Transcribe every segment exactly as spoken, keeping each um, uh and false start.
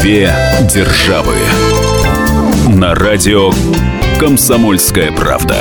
Две державы. На радио «Комсомольская правда».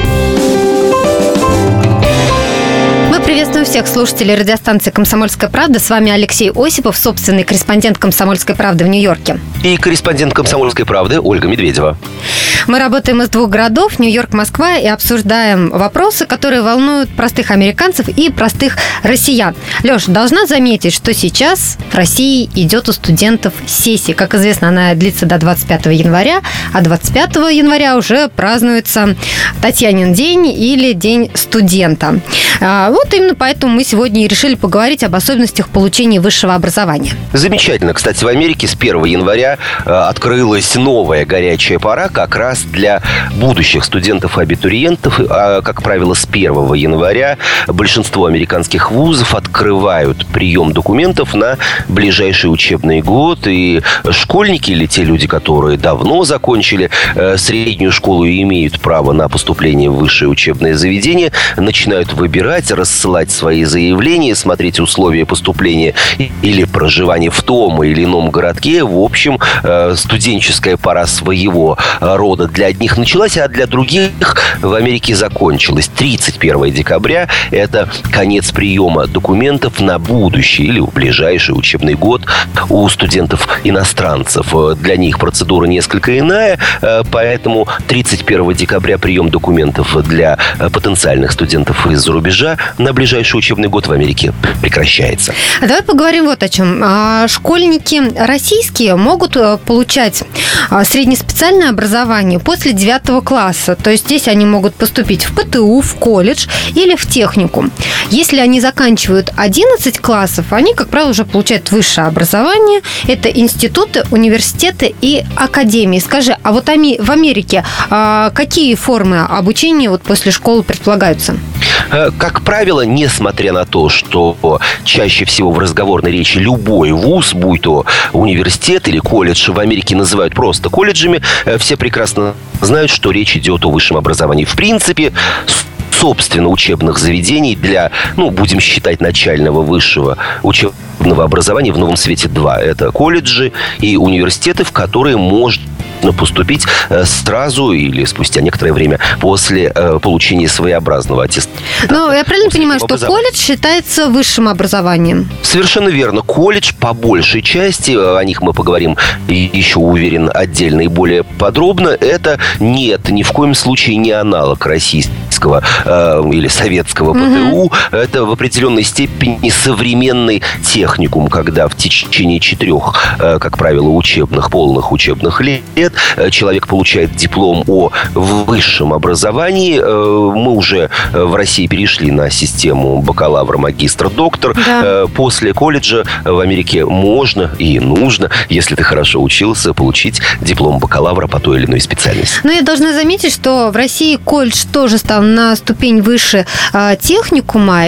Приветствую всех слушателей радиостанции «Комсомольская правда». С вами Алексей Осипов, собственный корреспондент «Комсомольской правды» в Нью-Йорке. И корреспондент «Комсомольской правды» Ольга Медведева. Мы работаем из двух городов, Нью-Йорк, Москва, и обсуждаем вопросы, которые волнуют простых американцев и простых россиян. Леш, должна заметить, что сейчас в России идет у студентов сессия. Как известно, она длится до двадцать пятого января, а двадцать пятого января уже празднуется Татьянин день или День студента. Вот именно поэтому мы сегодня и решили поговорить об особенностях получения высшего образования. Замечательно. Кстати, в Америке с первого января открылась новая горячая пора как раз для будущих студентов и абитуриентов. А, как правило, с первого января большинство американских вузов открывают прием документов на ближайший учебный год. И школьники или те люди, которые давно закончили среднюю школу и имеют право на поступление в высшее учебное заведение, начинают выбирать, рассылать свои заявления, смотреть условия поступления или проживания в том или ином городке. В общем, студенческая пора своего рода для одних началась, а для других в Америке закончилась. тридцать первого декабря – это конец приема документов на будущий или в ближайший учебный год у студентов-иностранцев. Для них процедура несколько иная, поэтому тридцать первого декабря прием документов для потенциальных студентов из-за рубежа на ближайший учебный год в Америке прекращается. Давай поговорим вот о чем. Школьники российские могут получать среднеспециальное образование после девятого класса. То есть здесь они могут поступить в ПТУ, в колледж или в техникум. Если они заканчивают одиннадцать классов, они, как правило, уже получают высшее образование. Это институты, университеты и академии. Скажи, а вот в Америке какие формы обучения вот после школы предполагаются? Как правило, несмотря на то, что чаще всего в разговорной речи любой вуз, будь то университет или колледж, в Америке называют просто колледжами, все прекрасно знают, что речь идет о высшем образовании. В принципе, собственно, учебных заведений для, ну, будем считать, начального высшего учебного образования в новом свете два. Это колледжи и университеты, в которые можно поступить сразу или спустя некоторое время после э, получения своеобразного аттестата. Но я правильно понимаю, что колледж считается высшим образованием? Совершенно верно. Колледж по большей части, о них мы поговорим еще, уверен, отдельно и более подробно, это нет, ни в коем случае не аналог российского э, или советского ПТУ. Mm-hmm. Это в определенной степени современный техникум, когда в течение четырех, э, как правило, учебных, полных учебных лет человек получает диплом о высшем образовании. Мы уже в России перешли на систему бакалавра, магистр, доктор. Да. После колледжа в Америке можно и нужно, если ты хорошо учился, получить диплом бакалавра по той или иной специальности. Но я должна заметить, что в России колледж тоже стал на ступень выше техникума,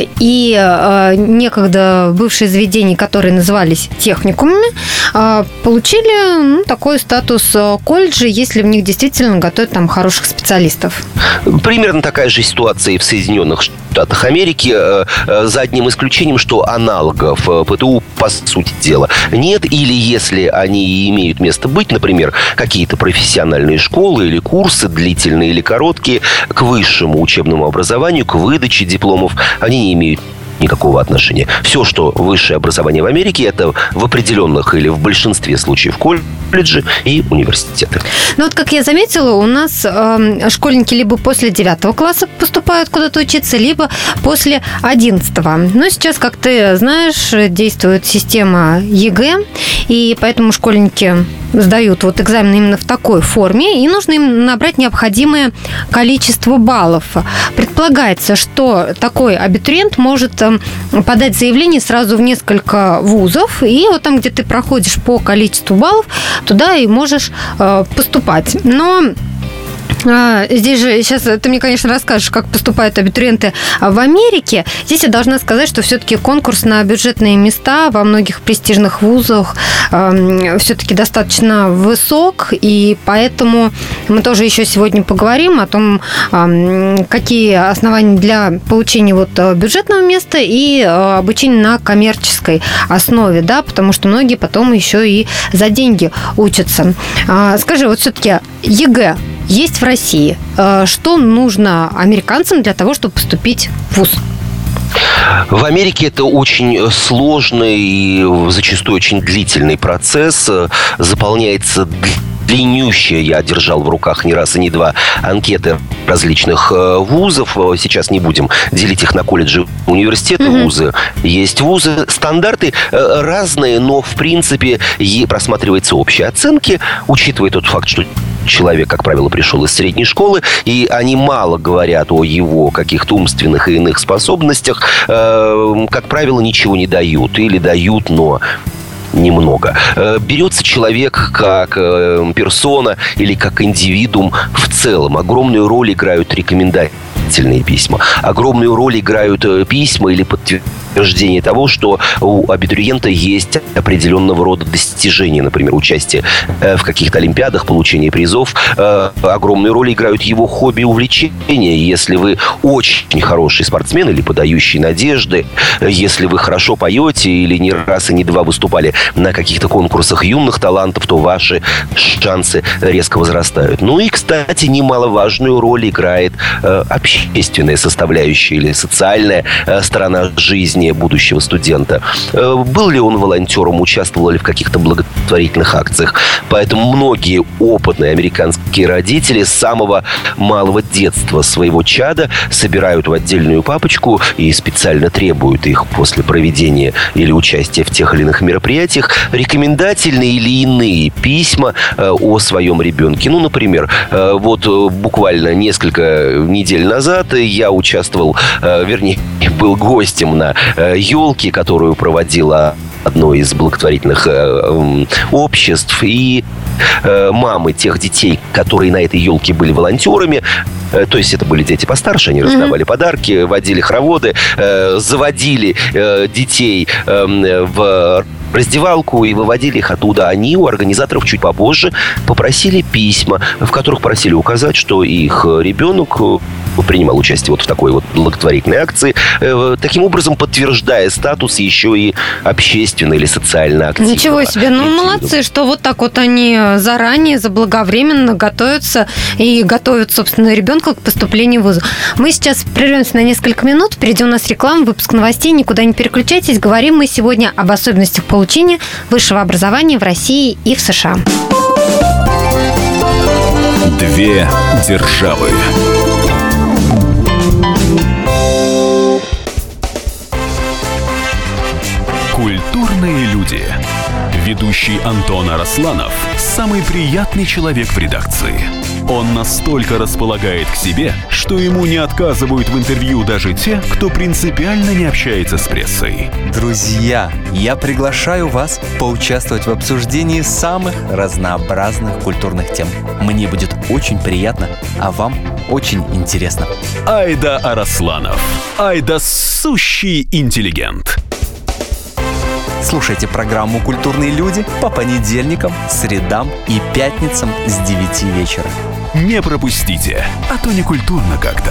и некогда бывшие заведения, которые назывались техникумами, получили, ну, такой статус колледжа, если в них действительно готовят там хороших специалистов. Примерно такая же ситуация и в Соединенных Штатах Америки, за одним исключением, что аналогов ПТУ, по сути дела, нет. Или если они имеют место быть, например, какие-то профессиональные школы или курсы, длительные или короткие, к высшему учебному образованию, к выдаче дипломов, они не имеют никакого отношения. Все, что высшее образование в Америке, это в определенных или в большинстве случаев колледжи и университеты. Ну вот, как я заметила, у нас э, школьники либо после девятого класса поступают куда-то учиться, либо после одиннадцатого. Но сейчас, как ты знаешь, действует система ЕГЭ, и поэтому школьники сдают вот экзамен именно в такой форме, и нужно им набрать необходимое количество баллов. Предполагается, что такой абитуриент может подать заявление сразу в несколько вузов, и вот там, где ты проходишь по количеству баллов, туда и можешь поступать. Но Здесь же сейчас ты мне, конечно, расскажешь, как поступают абитуриенты в Америке. Здесь я должна сказать, что все-таки конкурс на бюджетные места во многих престижных вузах э, все-таки достаточно высок, и поэтому мы тоже еще сегодня поговорим о том, э, какие основания для получения вот бюджетного места и э, обучения на коммерческой основе, да, потому что многие потом еще и за деньги учатся. Э, скажи, вот все-таки ЕГЭ есть в России. Что нужно американцам для того, чтобы поступить в вуз? В Америке это очень сложный и зачастую очень длительный процесс. Заполняется длиннющая, я держал в руках не раз и не два, анкеты различных вузов. Сейчас не будем делить их на колледжи, университеты, mm-hmm. вузы. Есть вузы. Стандарты разные, но, в принципе, просматриваются общие оценки, учитывая тот факт, что человек, как правило, пришел из средней школы, и они мало говорят о его каких-то умственных и иных способностях. Как правило, ничего не дают. Или дают, но немного. Берется человек как персона или как индивидуум в целом. Огромную роль играют рекомендательные письма. Огромную роль играют письма или подтверждение того, что у абитуриента есть определенного рода достижения, например, участие в каких-то олимпиадах, получение призов. Огромную роль играют его хобби и увлечения. Если вы очень хороший спортсмен или подающий надежды, если вы хорошо поете или не раз и не два выступали на каких-то конкурсах юных талантов, то ваши шансы резко возрастают. Ну и, кстати, немаловажную роль играет общественная составляющая или социальная сторона жизни будущего студента. Был ли он волонтером, участвовал ли в каких-то благотворительных акциях. Поэтому многие опытные американские родители с самого малого детства своего чада собирают в отдельную папочку и специально требуют их после проведения или участия в тех или иных мероприятиях рекомендательные или иные письма о своем ребенке. Ну, например, вот буквально несколько недель назад я участвовал, вернее, был гостем на елке, которую проводила одно из благотворительных э, обществ. И э, мамы тех детей, которые на этой елке были волонтерами, э, то есть это были дети постарше, они раздавали mm-hmm. подарки, водили хороводы, э, заводили э, детей э, в раздевалку и выводили их оттуда. Они у организаторов чуть попозже попросили письма, в которых просили указать, что их ребенок принимал участие вот в такой вот благотворительной акции, таким образом подтверждая статус еще и общественно или социально активного. Ничего себе, ну молодцы, что вот так вот они заранее, заблаговременно готовятся и готовят, собственно, ребенка к поступлению в вуз. Мы сейчас прервемся на несколько минут, впереди у нас реклама, выпуск новостей, никуда не переключайтесь. Говорим мы сегодня об особенностях получения высшего образования в России и в США. Две державы. Культурные люди. Ведущий Антон Арасланов – самый приятный человек в редакции. Он настолько располагает к себе, что ему не отказывают в интервью даже те, кто принципиально не общается с прессой. Друзья, я приглашаю вас поучаствовать в обсуждении самых разнообразных культурных тем. Мне будет очень приятно, а вам очень интересно. Айда Арасланов. Айда сущий интеллигент. Слушайте программу «Культурные люди» по понедельникам, средам и пятницам с девяти вечера. Не пропустите, а то не культурно как-то.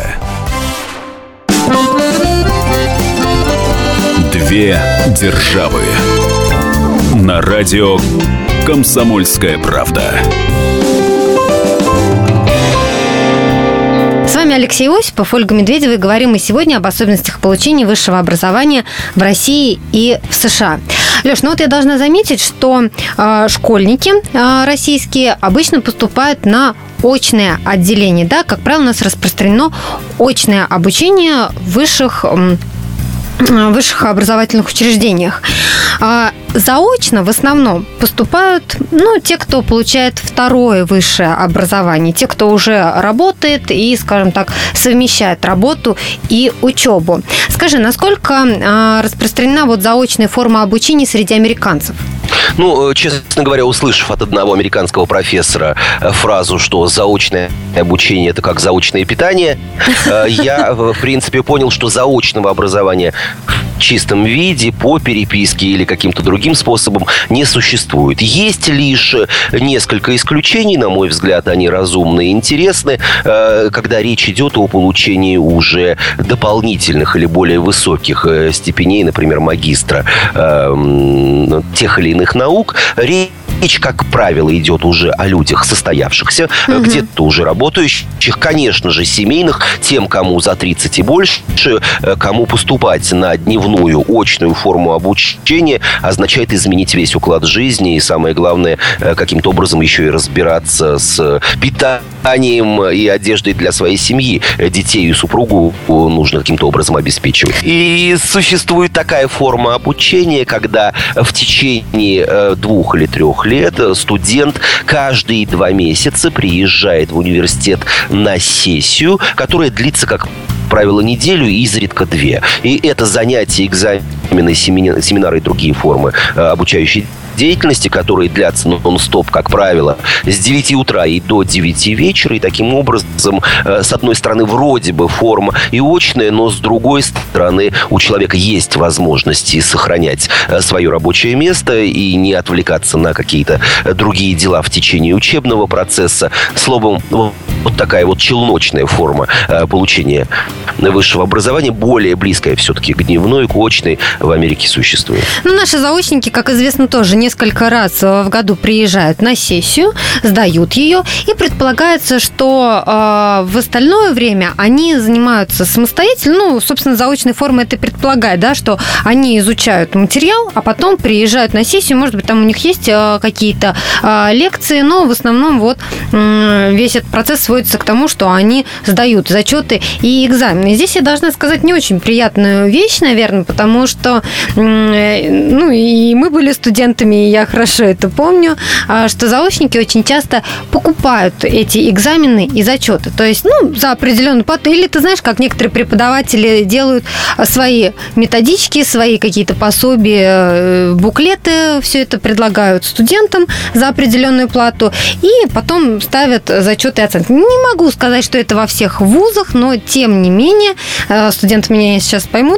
Две державы. На радио «Комсомольская правда». С вами Алексей Осипов, Ольга Медведева, и говорим мы сегодня об особенностях получения высшего образования в России и в США. Леш, ну вот я должна заметить, что э, школьники э, российские обычно поступают на очное отделение, да, как правило, у нас распространено очное обучение в высших, э, высших образовательных учреждениях. А заочно в основном поступают, ну, те, кто получает второе высшее образование, те, кто уже работает и, скажем так, совмещает работу и учебу. Скажи, насколько распространена вот заочная форма обучения среди американцев? Ну, честно говоря, услышав от одного американского профессора фразу, что заочное обучение – это как заочное питание, я, в принципе, понял, что заочного образования в чистом виде, по переписке или каким-то другим способом не существует. Есть лишь несколько исключений, на мой взгляд, они разумны и интересны, когда речь идет о получении уже дополнительных или более высоких степеней, например, магистра тех или иных наук. Речь, как правило, идет уже о людях состоявшихся, угу. где-то уже работающих, конечно же, семейных, тем, кому за тридцать и больше, кому поступать на дневную очную форму обучения означает изменить весь уклад жизни и, самое главное, каким-то образом еще и разбираться с питанием и одеждой для своей семьи. Детей и супругу нужно каким-то образом обеспечивать. И существует такая форма обучения, когда в течение двух или трех лет студент каждые два месяца приезжает в университет на сессию, которая длится, как правило, неделю, изредка две. И это занятия, экзамены, семинары и другие формы обучающей деятельности, которые длятся нон-стоп, как правило, с девяти утра и до девяти вечера. И таким образом, с одной стороны, вроде бы форма и очная, но с другой стороны, у человека есть возможности сохранять свое рабочее место и не отвлекаться на какие-то другие дела в течение учебного процесса. Словом, вот такая вот челночная форма получения высшего образования, более близкая все-таки к дневной, к очной, в Америке существует. Ну, наши заочники, как известно, тоже несколько раз в году приезжают на сессию, сдают ее, и предполагается, что э, в остальное время они занимаются самостоятельно. Ну, собственно, заочной формы это предполагает, да, что они изучают материал, а потом приезжают на сессию. Может быть, там у них есть э, какие-то э, лекции, но в основном вот э, весь этот процесс сводится к тому, что они сдают зачеты и экзамены. И здесь я должна сказать не очень приятную вещь, наверное, потому что э, ну, и мы были студентами, и я хорошо это помню, что заочники очень часто покупают эти экзамены и зачеты. То есть, ну, за определенную плату. Или, ты знаешь, как некоторые преподаватели делают свои методички, свои какие-то пособия, буклеты, все это предлагают студентам за определенную плату, и потом ставят зачеты и оценки. Не могу сказать, что это во всех вузах, но, тем не менее, студенты меня сейчас поймут,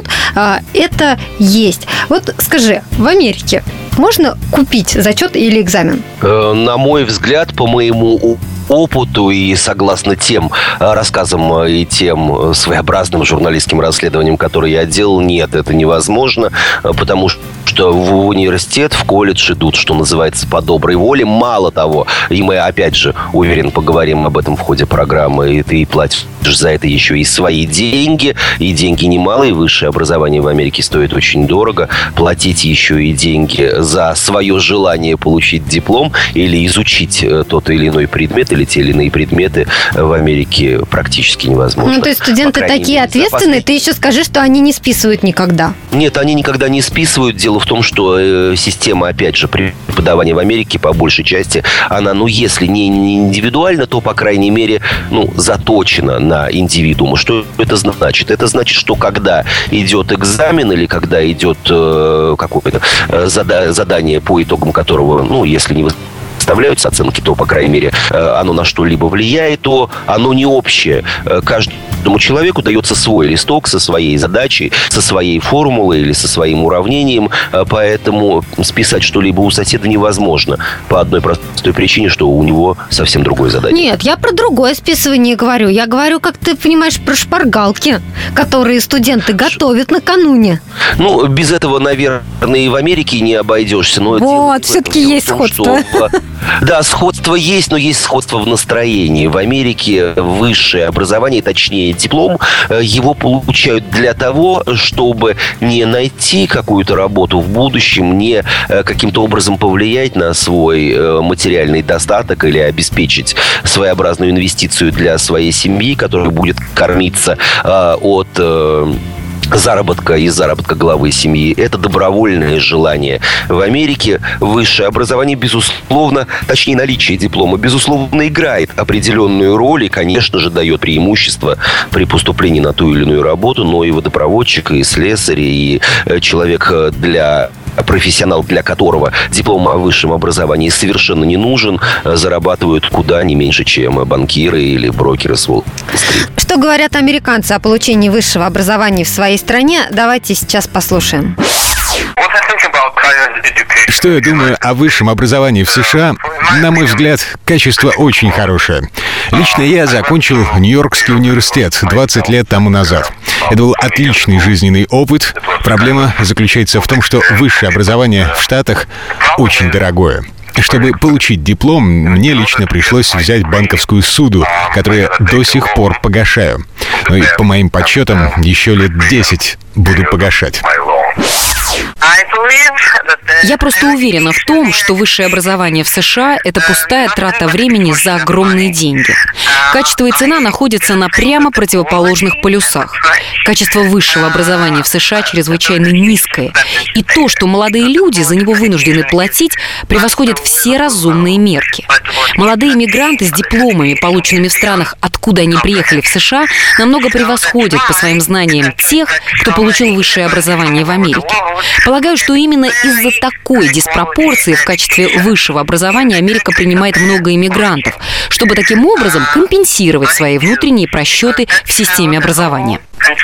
это есть. Вот скажи, в Америке можно купить зачет или экзамен? На мой взгляд, по моему опыту и согласно тем рассказам и тем своеобразным журналистским расследованиям, которые я делал, нет, это невозможно, потому что в университет, в колледж идут, что называется, по доброй воле. Мало того, и мы, опять же, уверен, поговорим об этом в ходе программы, и ты платишь за это еще и свои деньги, и деньги немалые. Высшее образование в Америке стоит очень дорого. Платить еще и деньги за свое желание получить диплом или изучить тот или иной предмет, или те или иные предметы в Америке практически невозможно. Ну, то есть студенты такие мере, ответственные, ты еще скажи, что они не списывают никогда. Нет, они никогда не списывают. Дело в том, что э, система, опять же, преподавания в Америке, по большей части, она, ну, если не индивидуально, то, по крайней мере, ну, заточена на индивидуума. Что это значит? Это значит, что когда идет экзамен или когда идет э, какое-то э, зада- задание, по итогам которого, ну, если не выставляются оценки, то, по крайней мере, оно на что-либо влияет, то оно не общее. Каждому человеку дается свой листок со своей задачей, со своей формулой или со своим уравнением, поэтому списать что-либо у соседа невозможно по одной простой причине, что у него совсем другое задание. Нет, я про другое списывание говорю. Я говорю, как ты понимаешь, про шпаргалки, которые студенты готовят накануне. Ну, без этого, наверное, и в Америке не обойдешься. Но вот, все-таки есть сходство. Да, сходство есть, но есть сходство в настроении. В Америке высшее образование, точнее диплом, его получают для того, чтобы не найти какую-то работу в будущем, не каким-то образом повлиять на свой материальный достаток или обеспечить своеобразную инвестицию для своей семьи, которая будет кормиться от заработка и заработка главы семьи. Это добровольное желание. В Америке высшее образование, безусловно, точнее наличие диплома, безусловно, играет определенную роль и, конечно же, дает преимущество при поступлении на ту или иную работу, но и водопроводчик, и слесарь, и человек для профессионал, для которого диплом о высшем образовании совершенно не нужен, зарабатывают куда не меньше, чем банкиры или брокеры с Уолл-стрит. Что говорят американцы о получении высшего образования в своей стране? Давайте сейчас послушаем. Что я думаю о высшем образовании в США? На мой взгляд, качество очень хорошее. Лично я закончил Нью-Йоркский университет двадцать лет тому назад. Это был отличный жизненный опыт. Проблема заключается в том, что высшее образование в Штатах очень дорогое. Чтобы получить диплом, мне лично пришлось взять банковскую ссуду, которую я до сих пор погашаю. Ну и по моим подсчетам, еще лет десять буду погашать. Я просто уверена в том, что высшее образование в США – это пустая трата времени за огромные деньги. Качество и цена находятся на прямо противоположных полюсах. Качество высшего образования в США чрезвычайно низкое. И то, что молодые люди за него вынуждены платить, превосходит все разумные мерки. Молодые мигранты с дипломами, полученными в странах, откуда они приехали в США, намного превосходят по своим знаниям тех, кто получил высшее образование в Америке. Полагаю, что именно из-за такой диспропорции в качестве высшего образования Америка принимает много иммигрантов, чтобы таким образом компенсировать свои внутренние просчеты в системе образования.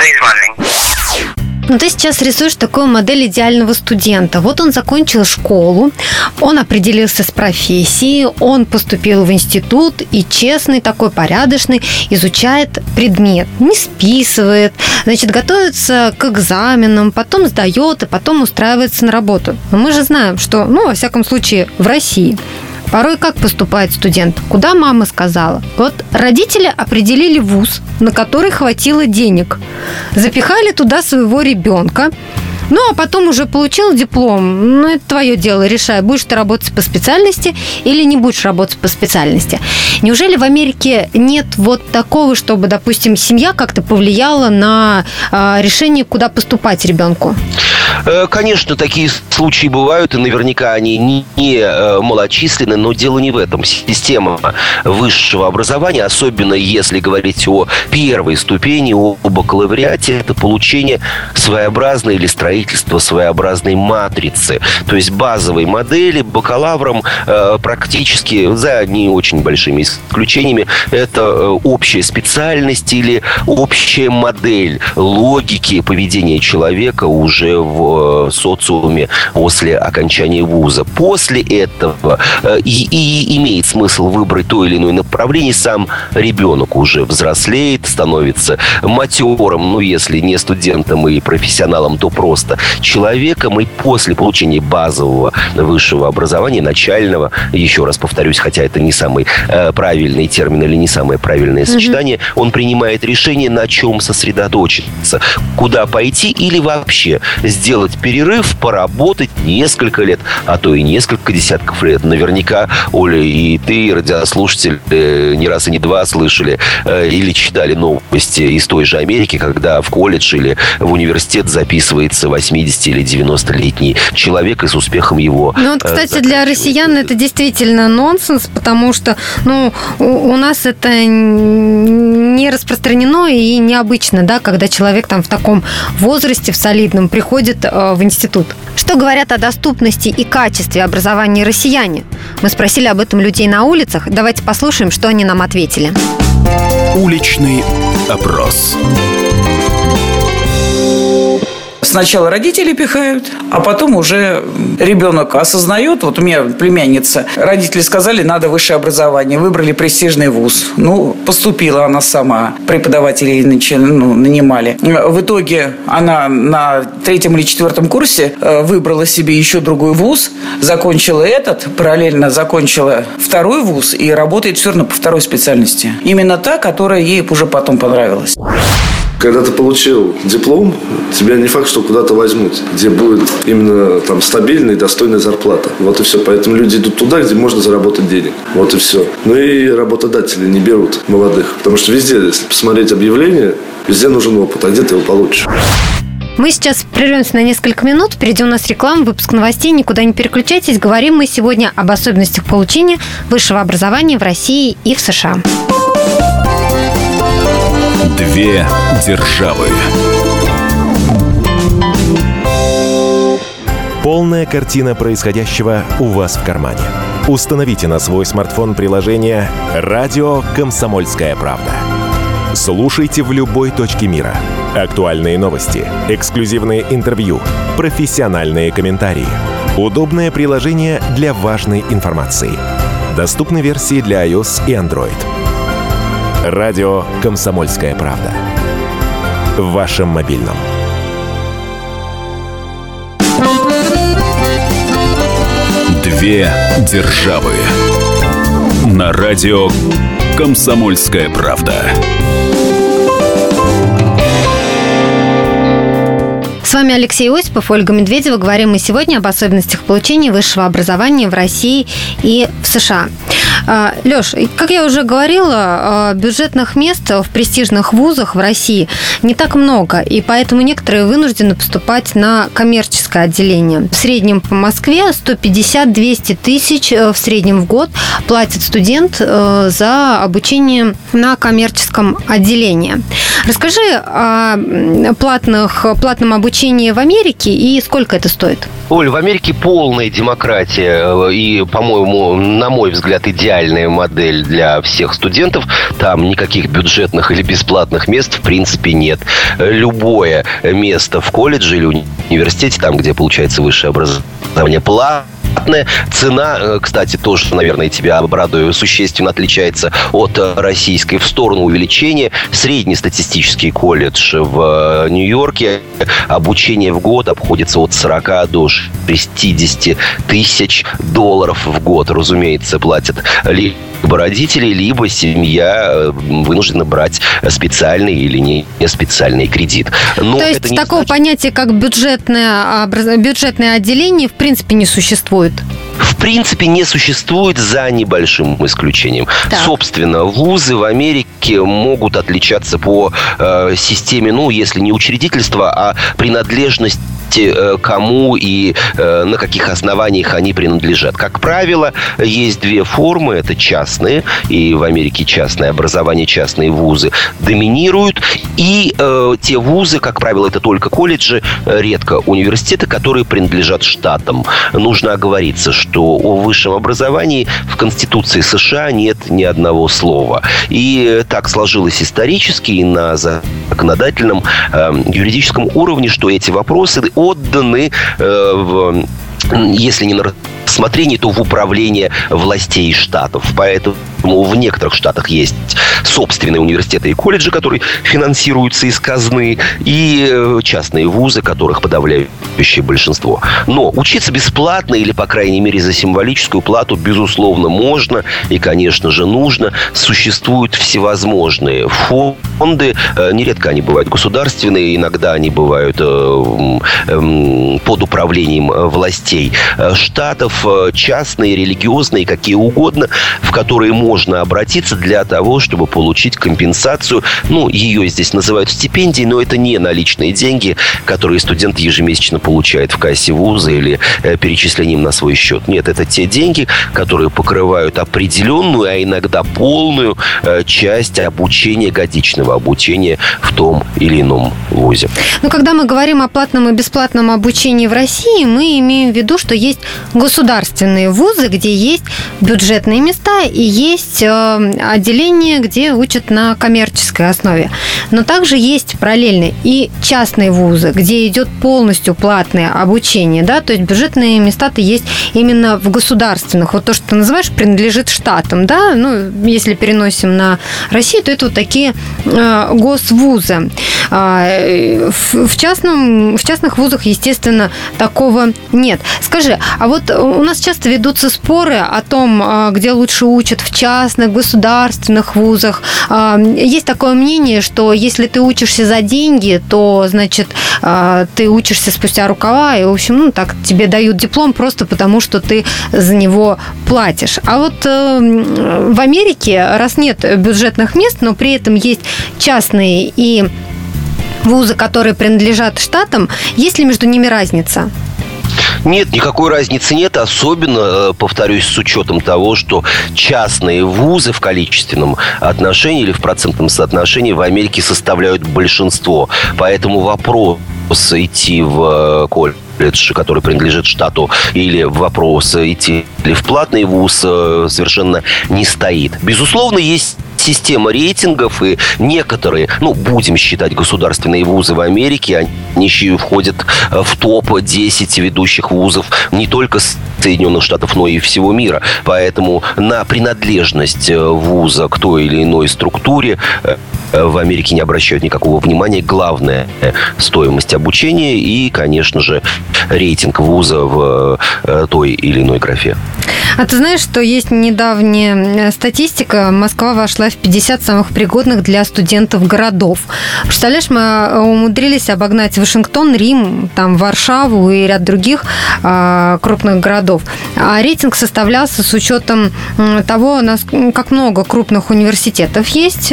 Ну, ты сейчас рисуешь такую модель идеального студента. Вот он закончил школу, он определился с профессией, он поступил в институт и честный, такой порядочный, изучает предмет, не списывает, значит, готовится к экзаменам, потом сдает и потом устраивается на работу. Но мы же знаем, что, ну, во всяком случае, в России порой как поступает студент? Куда мама сказала? Вот родители определили вуз, на который хватило денег. Запихали туда своего ребенка. Ну, а потом уже получил диплом. Ну, это твое дело, решай, будешь ты работать по специальности или не будешь работать по специальности. Неужели в Америке нет вот такого, чтобы, допустим, семья как-то повлияла на э, решение, куда поступать ребенку? Конечно, такие случаи бывают, и наверняка они не, не малочисленны, но дело не в этом. Система высшего образования, особенно если говорить о первой ступени, о бакалавриате, это получение своеобразной или строительство своеобразной матрицы. То есть базовой модели бакалаврам э, практически, за не очень большими исключениями, это э, общая специальность или общая модель логики поведения человека уже в социуме после окончания вуза. После этого и, и имеет смысл выбрать то или иное направление. Сам ребенок уже взрослеет, становится матерым, ну, если не студентом и профессионалом, то просто человеком. И после получения базового высшего образования, начального, еще раз повторюсь, хотя это не самый э, правильный термин или не самое правильное сочетание, mm-hmm. он принимает решение, на чем сосредоточиться, куда пойти или вообще сделать перерыв, поработать несколько лет, а то и несколько десятков лет. Наверняка, Оля, и ты, и радиослушатели, э, не раз и не два слышали э, или читали новости из той же Америки, когда в колледж или в университет записывается восьмидесяти- или девяностолетний человек, и с успехом его... Ну вот, кстати, для россиян это действительно нонсенс, потому что, ну, у, у нас это не распространено и необычно, да, когда человек там в таком возрасте, в солидном, приходит в институт. Что говорят о доступности и качестве образования россияне? Мы спросили об этом людей на улицах. Давайте послушаем, что они нам ответили. Уличный опрос. Сначала родители пихают, а потом уже ребенок осознает. Вот у меня племянница. Родители сказали, надо высшее образование. Выбрали престижный вуз. Ну, поступила она сама. Преподавателей ну, нанимали. В итоге она на третьем или четвертом курсе выбрала себе еще другой вуз. Закончила этот, параллельно закончила второй вуз и работает все равно по второй специальности. Именно та, которая ей уже потом понравилась. Когда ты получил диплом, тебя не факт, что куда-то возьмут, где будет именно там стабильная и достойная зарплата. Вот и все. Поэтому люди идут туда, где можно заработать денег. Вот и все. Ну и работодатели не берут молодых. Потому что везде, если посмотреть объявления, везде нужен опыт, а где ты его получишь. Мы сейчас прервемся на несколько минут. Впереди у нас реклама, выпуск новостей. Никуда не переключайтесь. Говорим мы сегодня об особенностях получения высшего образования в России и в США. Две державы. Полная картина происходящего у вас в кармане. Установите на свой смартфон приложение «Радио Комсомольская правда». Слушайте в любой точке мира. Актуальные новости, эксклюзивные интервью, профессиональные комментарии. Удобное приложение для важной информации. Доступны версии для iOS и Android. «Радио Комсомольская правда». В вашем мобильном. Две державы. На радио «Комсомольская правда». С вами Алексей Осипов, Ольга Медведева. Говорим мы сегодня об особенностях получения высшего образования в России и в США. Лёш, как я уже говорила, бюджетных мест в престижных вузах в России не так много, и поэтому некоторые вынуждены поступать на коммерческое отделение. В среднем по Москве сто пятьдесят - двести тысяч в среднем в год платит студент за обучение на коммерческом отделении. Расскажи о платных, платном обучении в Америке и сколько это стоит? Оль, в Америке полная демократия и, по-моему, на мой взгляд, идеальная модель для всех студентов. Там никаких бюджетных или бесплатных мест в принципе нет. Любое место в колледже или университете, там, где получается высшее образование, платное. Цена, кстати, тоже, наверное, тебя обрадую, существенно отличается от российской в сторону увеличения. Среднестатистический колледж в Нью-Йорке обучение в год обходится от сорока до шестидесяти тысяч долларов в год. Разумеется, платят либо родители, либо семья вынуждена брать специальный или не специальный кредит. Но То есть такого значит... понятия, как бюджетное, бюджетное отделение, в принципе, не существует? В принципе, не существует, за небольшим исключением. Так. Собственно, вузы в Америке могут отличаться по э, системе, ну, если не учредительства, а принадлежность кому и э, на каких основаниях они принадлежат. Как правило, есть две формы. Это частные, и в Америке частное образование, частные вузы доминируют. И э, те вузы, как правило, это только колледжи, редко университеты, которые принадлежат штатам. Нужно оговориться, что о высшем образовании в Конституции США нет ни одного слова. И так сложилось исторически и на законодательном э, юридическом уровне, что эти вопросы отданы, э, в, если не на рассмотрение, то в управление властей штатов. Поэтому в некоторых штатах есть собственные университеты и колледжи, которые финансируются из казны, и частные вузы, которых подавляющее большинство. Но учиться бесплатно или, по крайней мере, за символическую плату, безусловно, можно и, конечно же, нужно. Существуют всевозможные фонды. Нередко они бывают государственные, иногда они бывают под управлением властей штатов, частные, религиозные, какие угодно, в которые можно обратиться для того, чтобы получить компенсацию. Ну, ее здесь называют стипендией, но это не наличные деньги, которые студент ежемесячно получает в кассе вуза или э, перечислением на свой счет. Нет, это те деньги, которые покрывают определенную, а иногда полную э, часть обучения, годичного обучения в том или ином вузе. Но когда мы говорим о платном и бесплатном обучении в России, мы имеем в виду, что есть государственные вузы, где есть бюджетные места и есть отделения, где учат на коммерческой основе. Но также есть параллельные и частные вузы, где идет полностью платное обучение, да, то есть бюджетные места-то есть именно в государственных. Вот то, что ты называешь, принадлежит штатам, да, ну, если переносим на Россию, то это вот такие э, госвузы. Э, в, в, частном, в частных вузах, естественно, такого нет. Скажи, а вот у нас часто ведутся споры о том, где лучше учат, в частных, государственных вузах. Есть такое мнение, что если ты учишься за деньги, то, значит, ты учишься спустя рукава, и, в общем, ну, так тебе дают диплом просто потому, что ты за него платишь. А вот в Америке, раз нет бюджетных мест, но при этом есть частные и вузы, которые принадлежат штатам, есть ли между ними разница? Нет, никакой разницы нет, особенно, повторюсь, с учетом того, что частные вузы в количественном отношении или в процентном соотношении в Америке составляют большинство. Поэтому вопрос идти в колледж который принадлежит штату, или вопрос идти ли в платный вуз, совершенно не стоит. Безусловно, есть система рейтингов, и некоторые, ну, будем считать, государственные вузы в Америке, они еще и входят в топ десять ведущих вузов не только Соединенных Штатов, но и всего мира. Поэтому на принадлежность вуза к той или иной структуре в Америке не обращают никакого внимания. Главное – стоимость обучения и, конечно же, рейтинг вуза в той или иной графе. А ты знаешь, что есть недавняя статистика? Москва вошла в пятьдесят самых пригодных для студентов городов. Представляешь, мы умудрились обогнать Вашингтон, Рим, там, Варшаву и ряд других а, крупных городов. А рейтинг составлялся с учетом того, как много крупных университетов есть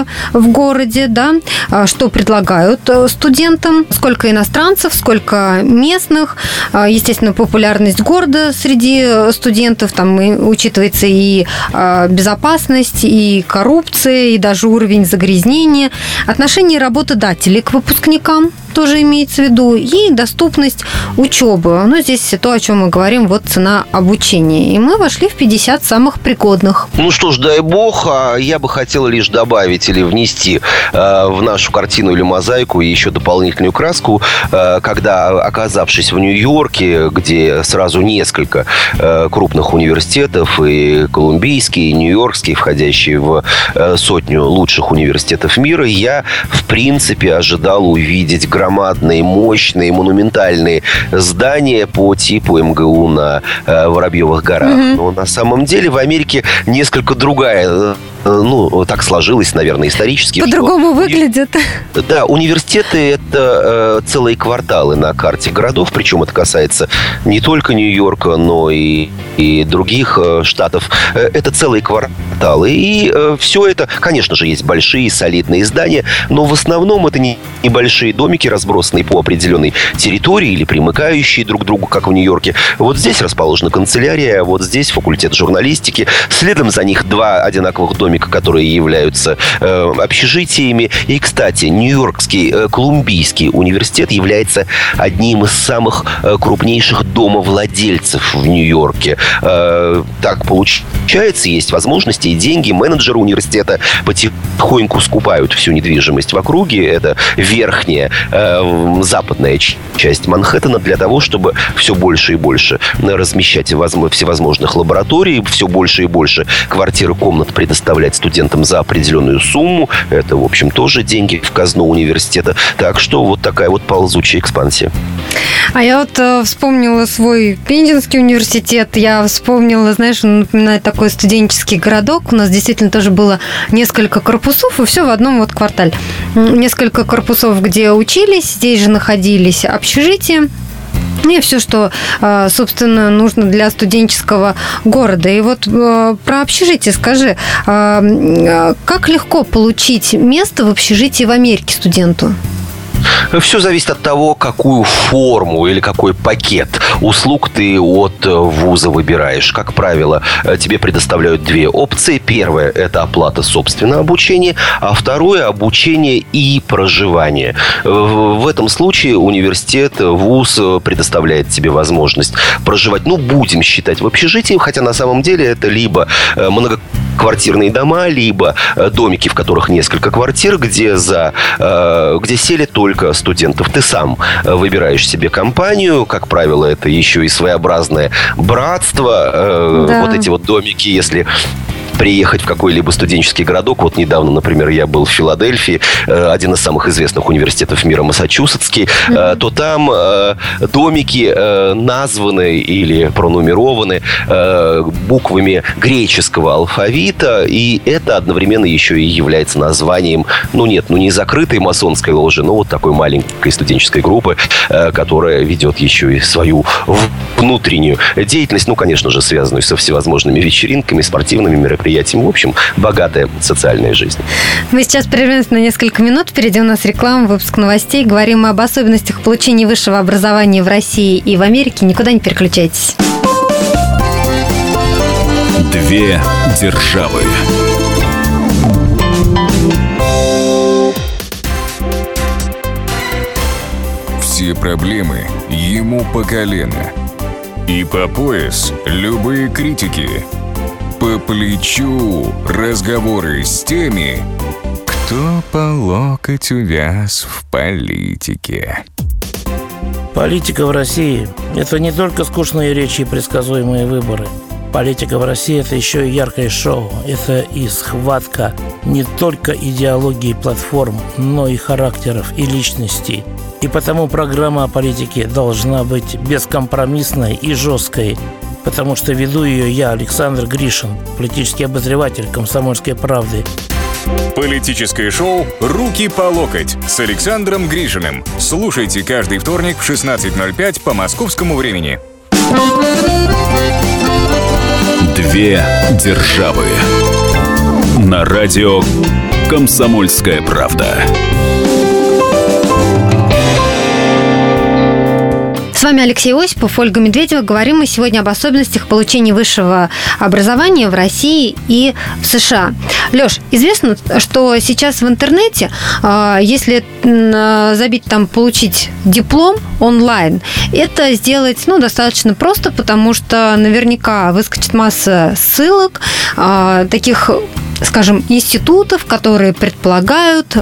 в городе, да, что предлагают студентам, сколько иностранцев, сколько местных, естественно, популярность города среди студентов, там учитывается и безопасность, и коррупция, и даже уровень загрязнения, отношение работодателей к выпускникам тоже имеется в виду, и доступность учебы. Ну, здесь то, о чем мы говорим, вот цена обучения. И мы вошли в пятьдесят самых пригодных. Ну что ж, дай бог, а я бы хотел лишь добавить или внести э, в нашу картину или мозаику еще дополнительную краску, э, когда, оказавшись в Нью-Йорке, где сразу несколько э, крупных университетов, и колумбийский, и нью-йоркский, входящие в э, сотню лучших университетов мира, я, в принципе, ожидал увидеть граждан громадные, мощные, монументальные здания по типу эм гэ у на э, Воробьевых горах. Mm-hmm. Но на самом деле в Америке несколько другая, ну, так сложилось, наверное, исторически. По-другому что... выглядит. Да, университеты – это э, целые кварталы на карте городов, причем это касается не только Нью-Йорка, но и, и других э, штатов. Э, это целые кварталы. И э, все это, конечно же, есть большие, солидные здания, но в основном это не небольшие домики, разбросанные по определенной территории или примыкающие друг к другу, как в Нью-Йорке. Вот здесь расположена канцелярия, вот здесь факультет журналистики. Следом за них два одинаковых домика, которые являются э, общежитиями. И, кстати, Нью-Йоркский э, Колумбийский университет является одним из самых э, крупнейших домовладельцев в Нью-Йорке. Э, так получается, есть возможности и деньги. Менеджеры университета потихоньку скупают всю недвижимость в округе. Это верхняя э, западная часть Манхэттена для того, чтобы все больше и больше размещать всевозможных лабораторий, все больше и больше квартир и комнат предоставлять студентам за определенную сумму. Это, в общем, тоже деньги в казну университета. Так что вот такая вот ползучая экспансия. А я вот э, вспомнила свой Пензенский университет. Я вспомнила, знаешь, он напоминает такой студенческий городок. У нас действительно тоже было несколько корпусов, и все в одном вот квартале. Несколько корпусов, где учились, здесь же находились общежития. И все, что, собственно, нужно для студенческого города. И вот про общежитие скажи, как легко получить место в общежитии в Америке студенту? Все зависит от того, какую форму или какой пакет услуг ты от вуза выбираешь. Как правило, тебе предоставляют две опции. Первая – это оплата собственного обучения, а второе – обучение и проживание. В этом случае университет, вуз предоставляет тебе возможность проживать, ну, будем считать, в общежитии, хотя на самом деле это либо многоквартирные дома, либо домики, в которых несколько квартир, где, за, где сели только студентов. Ты сам выбираешь себе компанию. Как правило, это еще и своеобразное братство. Да. Вот эти вот домики, если приехать в какой-либо студенческий городок. Вот недавно, например, я был в Филадельфии, один из самых известных университетов мира, Массачусетский, mm-hmm. то там домики названы или пронумерованы буквами греческого алфавита, и это одновременно еще и является названием, ну нет, ну не закрытой масонской ложи, но вот такой маленькой студенческой группы, которая ведет еще и свою внутреннюю деятельность, ну, конечно же, связанную со всевозможными вечеринками, спортивными мероприятиями. В общем, богатая социальная жизнь. Мы сейчас прервемся на несколько минут. Впереди у нас реклама, выпуск новостей. Говорим об особенностях получения высшего образования в России и в Америке. Никуда не переключайтесь. Две державы. все проблемы ему по колено. И по пояс любые критики. По плечу разговоры с теми, кто по локоть увяз в политике. Политика в России – это не только скучные речи и предсказуемые выборы. Политика в России – это еще и яркое шоу. Это и схватка не только идеологии и платформ, но и характеров и личностей. И потому программа о политике должна быть бескомпромиссной и жесткой, потому что веду ее я, Александр Гришин, политический обозреватель «Комсомольской правды». Политическое шоу «Руки по локоть» с Александром Гришиным. Слушайте каждый вторник в шестнадцать ноль пять по московскому времени. Две державы. На радио «Комсомольская правда». С вами Алексей Осипов, Ольга Медведева. Говорим мы сегодня об особенностях получения высшего образования в России и в США. Лёш, известно, что сейчас в интернете, если забить там «получить диплом» онлайн, это сделать ну, достаточно просто, потому что наверняка выскочит масса ссылок, таких, скажем, институтов, которые предполагают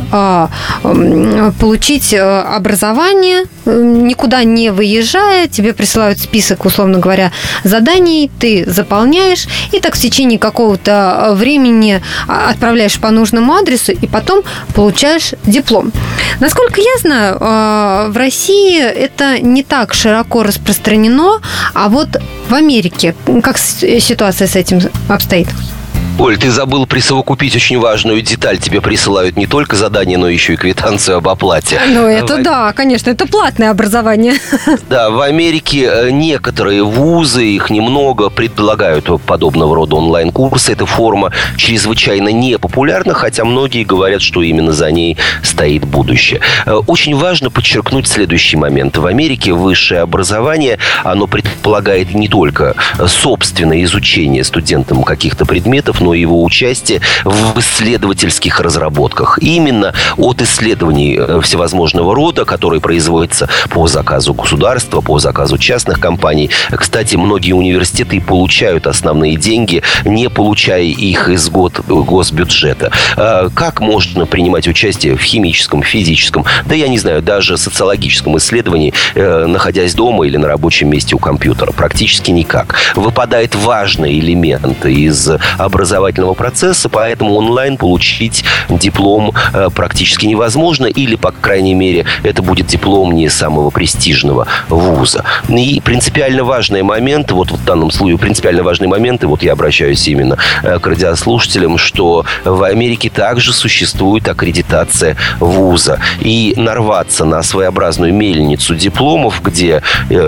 получить образование, никуда не выезжая, тебе присылают список, условно говоря, заданий, ты заполняешь, и так в течение какого-то времени отправляешь по нужному адресу, и потом получаешь диплом. Насколько я знаю, в России это не так широко распространено, а вот в Америке как ситуация с этим обстоит? Оль, ты забыл присовокупить очень важную деталь. Тебе присылают не только задание, но еще и квитанцию об оплате. Ну, это в... да, конечно, это платное образование. Да, в Америке некоторые вузы, их немного, предлагают подобного рода онлайн-курсы. Эта форма чрезвычайно непопулярна, хотя многие говорят, что именно за ней стоит будущее. Очень важно подчеркнуть следующий момент. В Америке высшее образование, оно предполагает не только собственное изучение студентам каких-то предметов, но и его участие в исследовательских разработках. Именно от исследований всевозможного рода, которые производятся по заказу государства, по заказу частных компаний. Кстати, многие университеты получают основные деньги, не получая их из госбюджета. Как можно принимать участие в химическом, физическом, да я не знаю, даже социологическом исследовании, находясь дома или на рабочем месте у компьютера? Практически никак. Выпадает важный элемент из образования образовательного процесса, поэтому онлайн получить диплом э, практически невозможно, или, по крайней мере, это будет диплом не самого престижного вуза. И принципиально важный момент, вот в данном случае принципиально важный момент, и вот я обращаюсь именно э, к радиослушателям, что в Америке также существует аккредитация вуза. И нарваться на своеобразную мельницу дипломов, где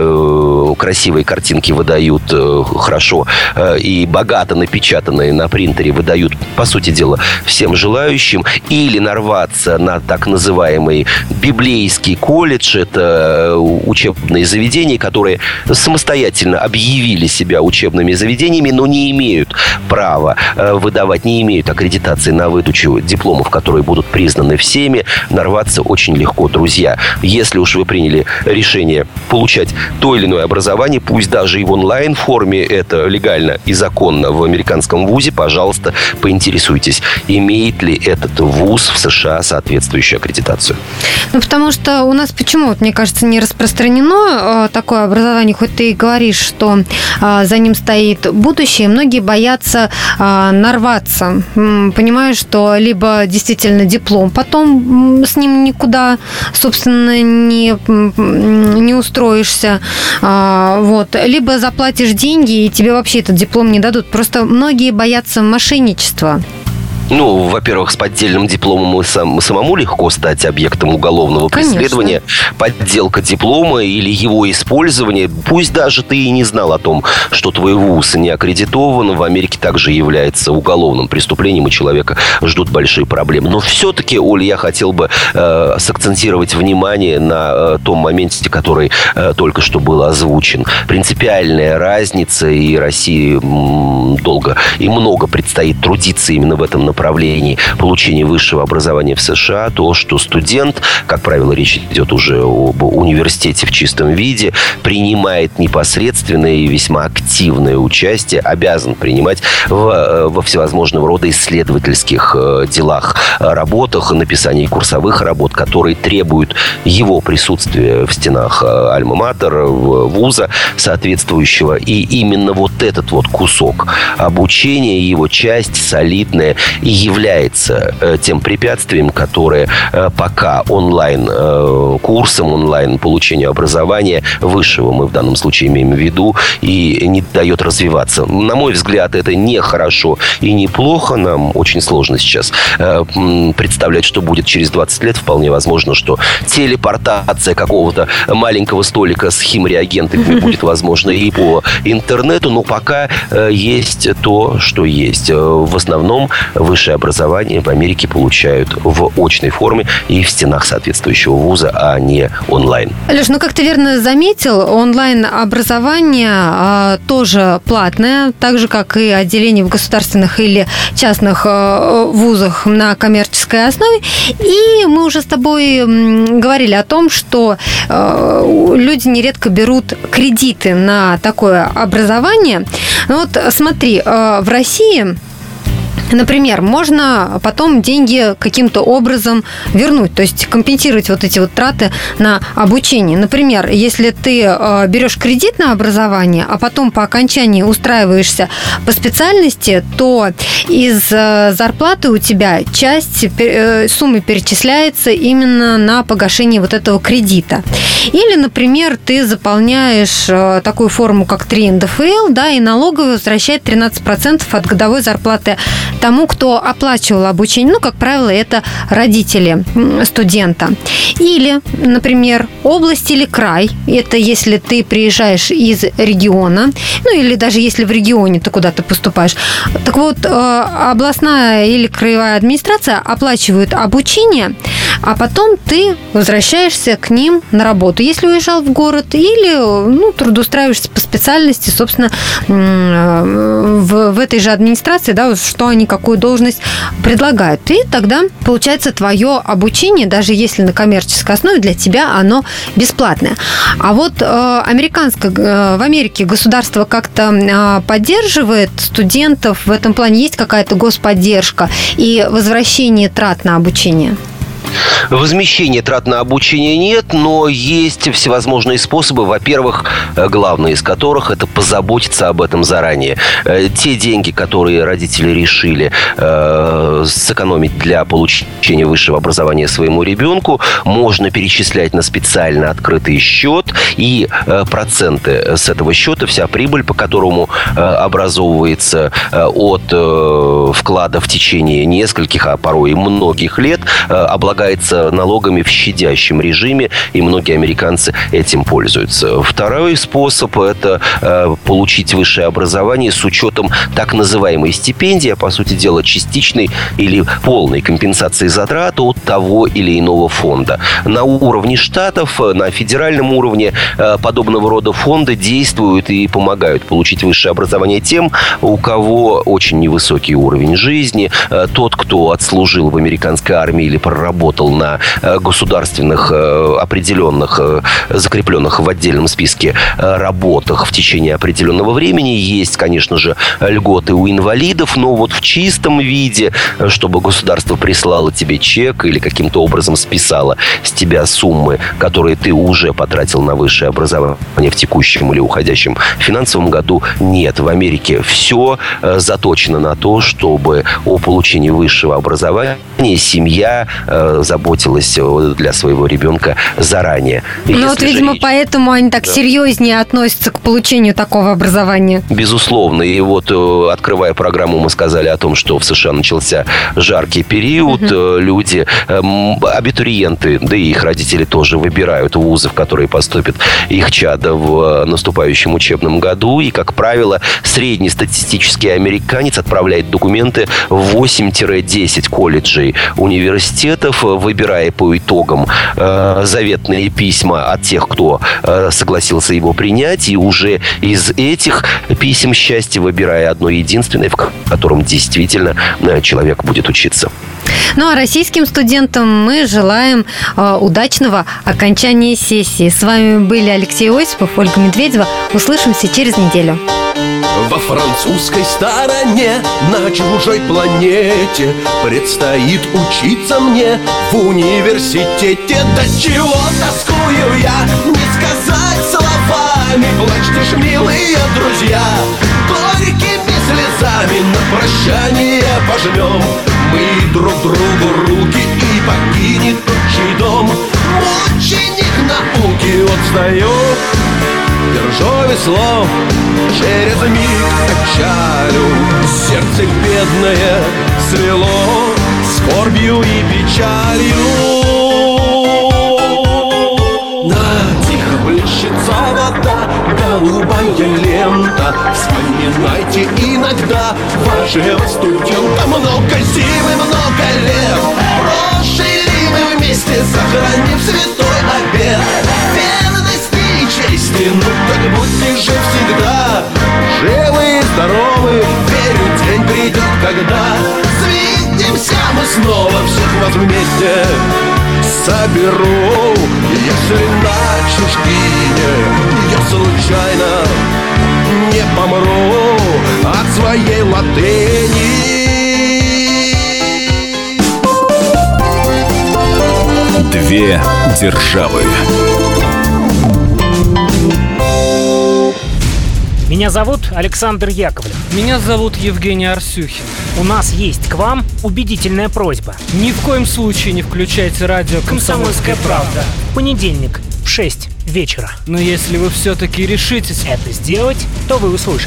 э, красивые картинки выдают э, хорошо э, и богато напечатанные на принтере выдают, по сути дела, всем желающим, или нарваться на так называемый библейский колледж. Это учебные заведения, которые самостоятельно объявили себя учебными заведениями, но не имеют права выдавать, не имеют аккредитации на выдачу дипломов, которые будут признаны всеми. Нарваться очень легко, друзья. Если уж вы приняли решение получать то или иное образование, пусть даже и в онлайн-форме, это легально и законно в американском вузе, пожалуйста, поинтересуйтесь, имеет ли этот вуз в США соответствующую аккредитацию. Ну, потому что у нас почему, вот, мне кажется, не распространено такое образование, хоть ты и говоришь, что за ним стоит будущее, многие боятся нарваться, понимая, что либо действительно диплом, потом с ним никуда, собственно, не, не устроишься, вот, либо заплатишь деньги, и тебе вообще этот диплом не дадут. Просто многие боятся мошенничества. Ну, во-первых, с поддельным дипломом и сам, самому легко стать объектом уголовного преследования. Конечно. Подделка диплома или его использование, пусть даже ты и не знал о том, что твой вуз не аккредитован, в Америке также является уголовным преступлением, и человека ждут большие проблемы. Но все-таки, Оля, я хотел бы э, сакцентировать внимание на э, том моменте, который э, только что был озвучен. Принципиальная разница, и России м, долго и много предстоит трудиться именно в этом направлении, направлений получения высшего образования в США то, что студент, как правило, речь идет уже об университете в чистом виде, принимает непосредственное и весьма активное участие, обязан принимать в, во всевозможного рода исследовательских делах, работах, написании курсовых работ, которые требуют его присутствия в стенах альма-матер, вуза соответствующего. И именно вот этот вот кусок обучения, его часть солидная, и является тем препятствием, которое пока онлайн-курсом, онлайн-получению образования высшего, мы в данном случае имеем в виду, и не дает развиваться. На мой взгляд, это не хорошо и не плохо. Нам очень сложно сейчас представлять, что будет через двадцать лет. Вполне возможно, что телепортация какого-то маленького столика с химреагентами будет возможно и по интернету, но пока есть то, что есть. В основном высшее образование в Америке получают в очной форме и в стенах соответствующего вуза, а не онлайн. Леш, ну как ты верно заметил, онлайн-образование а, тоже платное, так же, как и отделение в государственных или частных а, вузах на коммерческой основе. И мы уже с тобой м, говорили о том, что а, люди нередко берут кредиты на такое образование. Ну вот смотри, а, в России... Например, можно потом деньги каким-то образом вернуть, то есть компенсировать вот эти вот траты на обучение. Например, если ты берешь кредит на образование, а потом по окончании устраиваешься по специальности, то из зарплаты у тебя часть суммы перечисляется именно на погашение вот этого кредита. Или, например, ты заполняешь такую форму, как три эн дэ эф эл, да, и налоговая возвращает тринадцать процентов от годовой зарплаты тому, кто оплачивал обучение. Ну, как правило, это родители студента. Или, например, область или край. Это если ты приезжаешь из региона, ну, или даже если в регионе ты куда-то поступаешь. Так вот, областная или краевая администрация оплачивают обучение, а потом ты возвращаешься к ним на работу, если уезжал в город, или ну, трудоустраиваешься по специальности, собственно, в, в этой же администрации, да, что они, какую должность предлагают. И тогда, получается, твое обучение, даже если на коммерческой основе, для тебя оно бесплатное. А вот э, американское, э, в Америке государство как-то э, поддерживает студентов в этом плане? Есть какая-то господдержка и возвращение трат на обучение? Возмещения трат на обучение нет, но есть всевозможные способы. Во-первых, главный из которых – это позаботиться об этом заранее. Те деньги, которые родители решили э, сэкономить для получения высшего образования своему ребенку, можно перечислять на специально открытый счет, и э, проценты с этого счета, вся прибыль, по которому э, образовывается э, от э, вклада в течение нескольких, а порой и многих лет, э, облагается налогами в щадящем режиме, и многие американцы этим пользуются. Второй способ – это э, получить высшее образование с учетом так называемой стипендии, а, по сути дела, частичной или полной компенсации затрат от того или иного фонда. На уровне штатов, на федеральном уровне э, подобного рода фонды действуют и помогают получить высшее образование тем, у кого очень невысокий уровень жизни, э, тот, кто отслужил в американской армии или проработал на государственных определенных, закрепленных в отдельном списке работах в течение определенного времени. Есть, конечно же, льготы у инвалидов, но вот в чистом виде, чтобы государство прислало тебе чек или каким-то образом списало с тебя суммы, которые ты уже потратил на высшее образование в текущем или уходящем финансовом году, нет. В Америке все заточено на то, чтобы о получении высшего образования семья заботилась для своего ребенка заранее. Ну вот, видимо, речь... поэтому они так да. серьезнее относятся к получению такого образования. Безусловно. И вот, открывая программу, мы сказали о том, что в США начался жаркий период. Угу. Люди, абитуриенты, да и их родители тоже выбирают вузы, в которые поступят их чадо в наступающем учебном году. И, как правило, среднестатистический американец отправляет документы в восемь-десять колледжей, университетов, выбирает выбирая по итогам э, заветные письма от тех, кто э, согласился его принять, и уже из этих писем счастья выбирая одно единственное, в котором действительно э, человек будет учиться. Ну а российским студентам мы желаем э, удачного окончания сессии. С вами были Алексей Осипов, Ольга Медведева. Услышимся через неделю. Во французской стороне, на чужой планете, предстоит учиться мне в университете. До чего тоскую я, не сказать словами. Плачьте ж, милые друзья, горькими слезами на прощание пожмем мы друг другу руки, и покинет отчий дом ученик науки. Вот стою, держу весло, через миг отчалю, сердце бедное свело скорбью и печалью. На тихо плещется вода, голубая лента. Вспоминайте иногда вашего студента. Много зим и много лет прожили мы вместе, сохранив святой обет верности и чести. Ну так будьте же всегда живы и здоровы. Верю, день придет, когда свидимся мы снова. Всех вас вместе соберу. Если на чужбине я случайно не помру от своей латыни. Две державы. Меня зовут Александр Яковлев. Меня зовут Евгений Арсюхин. У нас есть к вам убедительная просьба. Ни в коем случае не включайте радио «Комсомольская правда». В понедельник в шесть вечера. Но если вы все-таки решитесь это сделать, то вы услышите.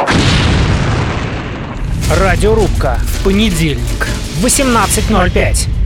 Радиорубка в понедельник в восемнадцать ноль пять.